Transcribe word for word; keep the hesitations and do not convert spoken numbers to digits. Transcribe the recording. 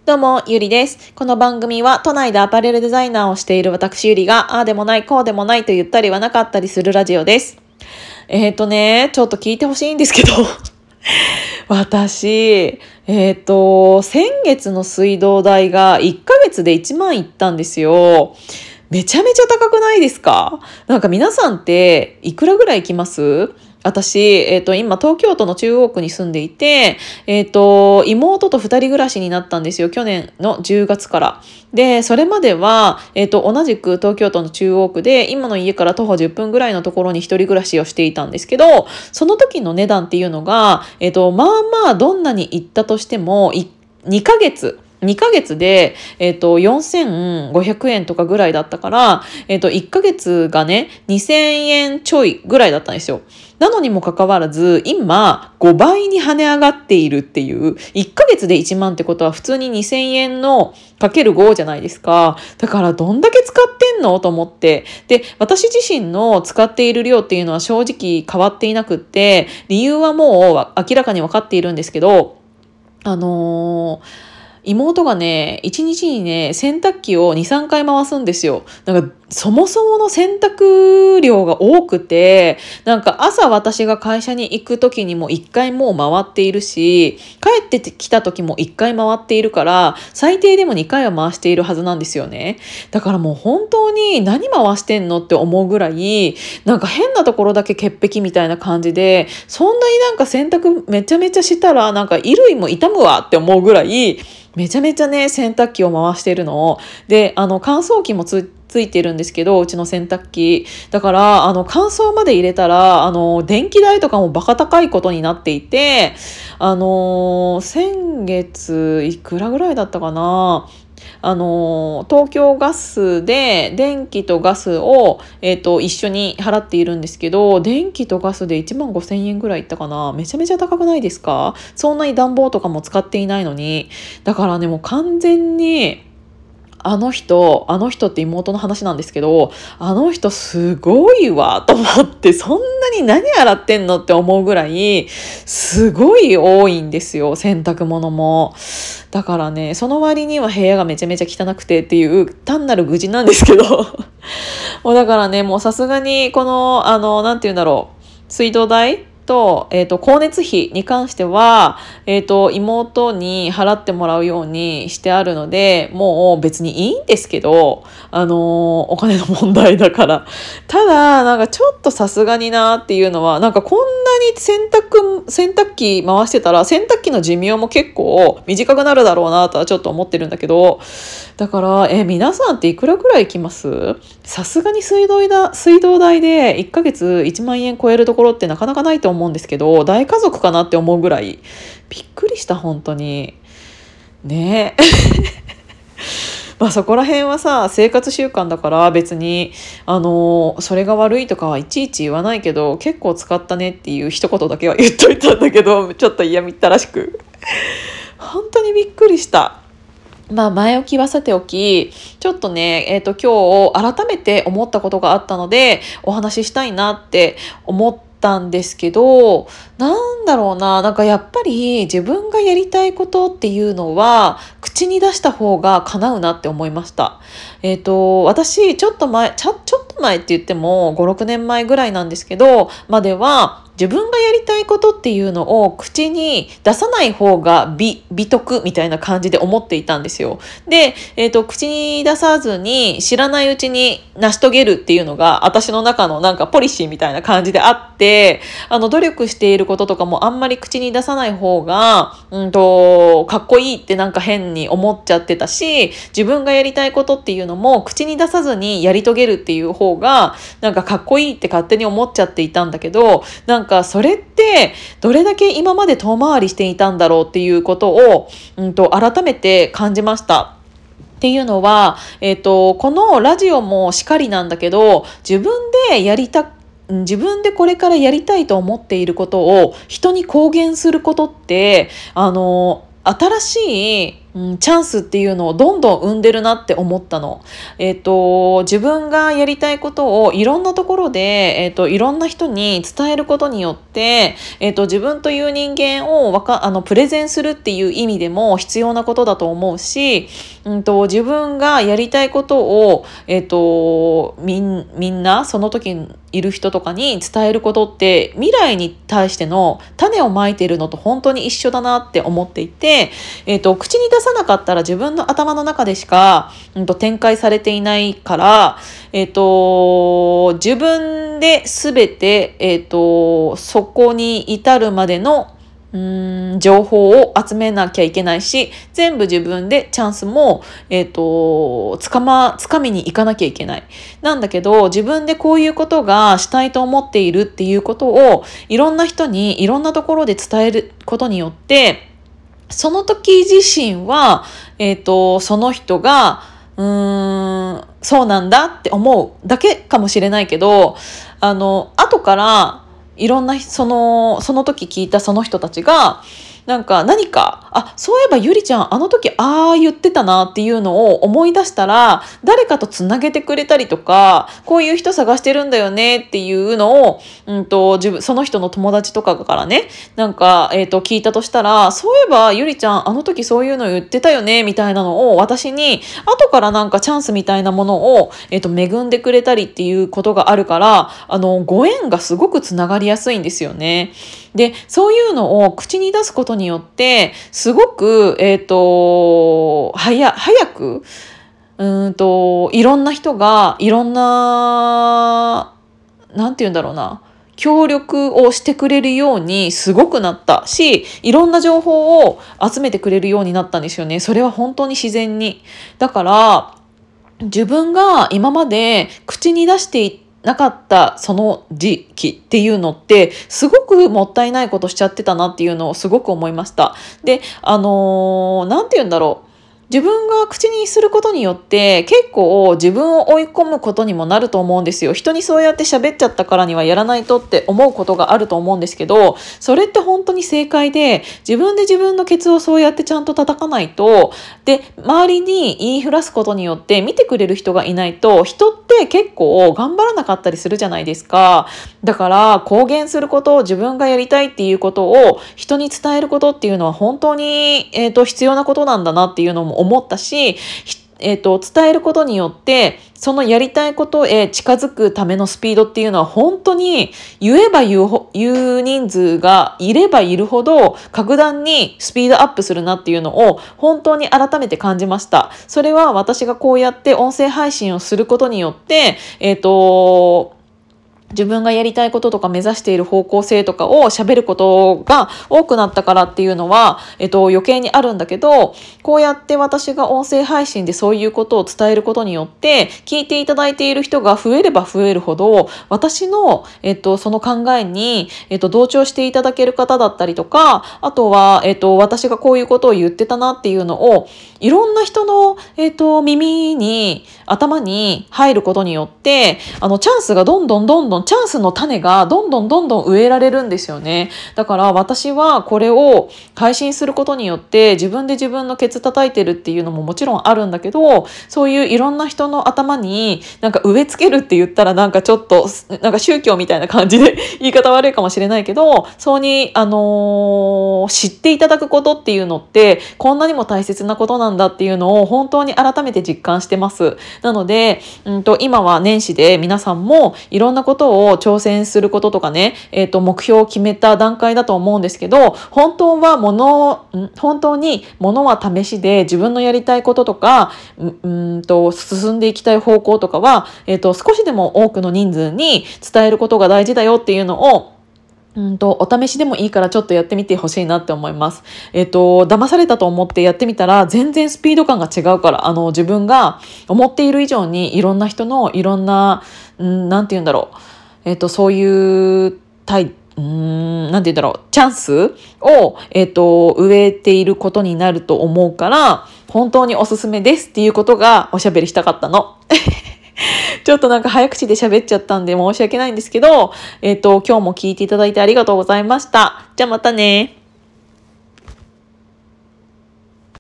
どうも、ゆりです。この番組は都内でアパレルデザイナーをしている私ゆりが、ああでもない、こうでもないと言ったりはなかったりするラジオです。えっとね、ちょっと聞いてほしいんですけど、私、えっと、先月の水道代がいっかげつでいちまんいったんですよ。めちゃめちゃ高くないですか？なんか皆さんっていくらぐらい行きます？私、えっと、今、東京都の中央区に住んでいて、えっと、妹と二人暮らしになったんですよ。去年のじゅうがつから。で、それまでは、えっと、同じく東京都の中央区で、今の家から徒歩じゅっぷんぐらいのところに一人暮らしをしていたんですけど、その時の値段っていうのが、えっと、まあまあ、どんなに行ったとしても、にかげつ、にかげつで、えっと、よんせんごひゃくえんとかぐらいだったから、えっと、いっかげつがね、にせんえんちょいぐらいだったんですよ。なのにもかかわらず、今、ごばいに跳ね上がっているっていう、いっかげつでいちまんってことは普通ににせんえんのかけるごじゃないですか。だからどんだけ使ってんのと思って。で、私自身の使っている量っていうのは正直変わっていなくって、理由はもう明らかに分かっているんですけど、あのー妹がね、いちにちにね、洗濯機をに、さんかい回すんですよ。なんか、そもそもの洗濯量が多くて、なんか朝私が会社に行く時にもいっかいもう回っているし、帰ってきた時もいっかい回っているから、最低でもにかいは回しているはずなんですよね。だからもう本当に何回してんのって思うぐらい、なんか変なところだけ潔癖みたいな感じで、そんなになんか洗濯めちゃめちゃしたら、なんか衣類も傷むわって思うぐらい、めちゃめちゃね、洗濯機を回してるの。で、あの、乾燥機もつ、ついてるんですけど、うちの洗濯機。だから、あの、乾燥まで入れたら、あの、電気代とかもバカ高いことになっていて、あの、先月、いくらぐらいだったかな？あの東京ガスで電気とガスを、えーと、一緒に払っているんですけど、電気とガスでいちまんごせんえんぐらいいったかな。めちゃめちゃ高くないですか？そんなに暖房とかも使っていないのに。だからね、もう完全にあの人、あの人って妹の話なんですけど、あの人すごいわと思って、そんなに何洗ってんのって思うぐらい、すごい多いんですよ、洗濯物も。だからね、その割には部屋がめちゃめちゃ汚くてっていう単なる愚痴なんですけど、もうだからね、もうさすがにこの、あの、なんて言うんだろう、水道代と、えっと、光熱費に関しては、えっと、妹に払ってもらうようにしてあるので、もう別にいいんですけど、あのーお金の問題だから。ただ、なんかちょっとさすがになっていうのは、なんかこんなに洗濯、洗濯機回してたら、洗濯機の寿命も結構短くなるだろうなとはちょっと思ってるんだけど、だから、え、皆さんっていくらぐらい行きます？さすがに水道代、水道代でいっかげついちまんえん超えるところってなかなかないと思うんですけど、大家族かなって思うぐらい、びっくりした、本当に。ねえ。まあそこら辺はさ、生活習慣だから別に、あの、それが悪いとかはいちいち言わないけど、結構使ったねっていう一言だけは言っといたんだけど、ちょっと嫌みったらしく。本当にびっくりした。まあ前置きはさておき、ちょっとね、えっと今日改めて思ったことがあったので、お話ししたいなって思ったんですけど、なんだろうな、なんかやっぱり自分がやりたいことっていうのは、口に出した方が叶うなって思いました。えっと、私、ちょっと前、ちょ、ちょっと前って言ってもご、ろくねんまえぐらいなんですけど、までは、自分がやりたいことっていうのを口に出さない方が美、美徳みたいな感じで思っていたんですよ。で、えっと、口に出さずに知らないうちに成し遂げるっていうのが私の中のなんかポリシーみたいな感じであって、あの、努力していることとかもあんまり口に出さない方が、うんと、かっこいいってなんか変に思っちゃってたし、自分がやりたいことっていうのも口に出さずにやり遂げるっていう方がなんかかっこいいって勝手に思っちゃっていたんだけど、なんかそれってどれだけ今まで遠回りしていたんだろうっていうことを、うんと、改めて感じました。っていうのは、えっと、このラジオもしかりなんだけど、自分でやりた自分でこれからやりたいと思っていることを人に公言することって、あの、新しい、ううん、チャンスっていうのをどんどん生んでるなって思ったの。えっと、自分がやりたいことをいろんなところで、えっと、いろんな人に伝えることによって、えっと、自分という人間をわか、あの、プレゼンするっていう意味でも必要なことだと思うし、うんと、自分がやりたいことを、えっと、みん、みんな、その時にいる人とかに伝えることって、未来に対しての種をまいているのと本当に一緒だなって思っていて、えっと、口に出さなかったら自分の頭の中でしか、うんと、展開されていないから、えっと、自分で全て、えっと、そこに至るまでのうーん情報を集めなきゃいけないし、全部自分でチャンスも、えっと、つかま、つかみに行かなきゃいけない。なんだけど、自分でこういうことがしたいと思っているっていうことを、いろんな人にいろんなところで伝えることによって、その時自身は、えっと、その人が、うーん、そうなんだって思うだけかもしれないけど、あの、後から、いろんな、その、その時聞いたその人たちが、なんか何か、あ、そういえばゆりちゃんあの時ああ言ってたなっていうのを思い出したら、誰かとつなげてくれたりとか、こういう人探してるんだよねっていうのを、うんと、自分、その人の友達とかからね、なんか、えっと、聞いたとしたら、そういえばゆりちゃんあの時そういうの言ってたよねみたいなのを私に、後からなんかチャンスみたいなものを、えっと、恵んでくれたりっていうことがあるから、あの、ご縁がすごくつながりやすいんですよね。で、そういうのを口に出すことによって、すごく、えっと、早、早く、うーんと、いろんな人が、いろんな、なんて言うんだろうな、協力をしてくれるようにすごくなったし、いろんな情報を集めてくれるようになったんですよね。それは本当に自然に。だから、自分が今まで口に出していなかったその時期っていうのってすごくもったいないことしちゃってたなっていうのをすごく思いました。で、あのー、なんて言うんだろう。自分が口にすることによって結構自分を追い込むことにもなると思うんですよ。人にそうやって喋っちゃったからにはやらないとって思うことがあると思うんですけど、それって本当に正解で、自分で自分のケツをそうやってちゃんと叩かないと、で、周りに言いふらすことによって見てくれる人がいないと、人って結構頑張らなかったりするじゃないですか。だから公言することを自分がやりたいっていうことを人に伝えることっていうのは本当に、えーと、必要なことなんだなっていうのも思ったし、えーと、伝えることによってそのやりたいことへ近づくためのスピードっていうのは本当に言えば言うほ、言う人数がいればいるほど格段にスピードアップするなっていうのを本当に改めて感じました。それは私がこうやって音声配信をすることによって、えっと、自分がやりたいこととか目指している方向性とかを喋ることが多くなったからっていうのは、えっと、余計にあるんだけど、こうやって私が音声配信でそういうことを伝えることによって、聞いていただいている人が増えれば増えるほど、私の、えっと、その考えに、えっと、同調していただける方だったりとか、あとは、えっと、私がこういうことを言ってたなっていうのを、いろんな人の、えっと、耳に、頭に入ることによって、あの、チャンスがどんどんどんどんチャンスの種がどんどんどんどん植えられるんですよね。だから私はこれを配信することによって自分で自分のケツ叩いてるっていうのももちろんあるんだけど、そういういろんな人の頭になんか植え付けるって言ったらなんかちょっとなんか宗教みたいな感じで言い方悪いかもしれないけど、そうにあのー、知っていただくことっていうのってこんなにも大切なことなんだっていうのを本当に改めて実感してます。なので、うんと今は年始で皆さんもいろんなことを挑戦することとかね、えっと、目標を決めた段階だと思うんですけど、本当はもの、本当にものは試しで自分のやりたいこととか、ううんと、進んでいきたい方向とかは、えっと、少しでも多くの人数に伝えることが大事だよっていうのを、うんと、お試しでもいいからちょっとやってみてほしいなって思います。えっと、騙されたと思ってやってみたら全然スピード感が違うから、あの、自分が思っている以上にいろんな人のいろんな、うん、なんて言うんだろう。えっと、そういうタイうーん、なんて言うんだろう、チャンスを、えっと、植えていることになると思うから、本当におすすめですっていうことがおしゃべりしたかったの。ちょっとなんか早口で喋っちゃったんで申し訳ないんですけど、えっと、今日も聞いていただいてありがとうございました。じゃあまたね。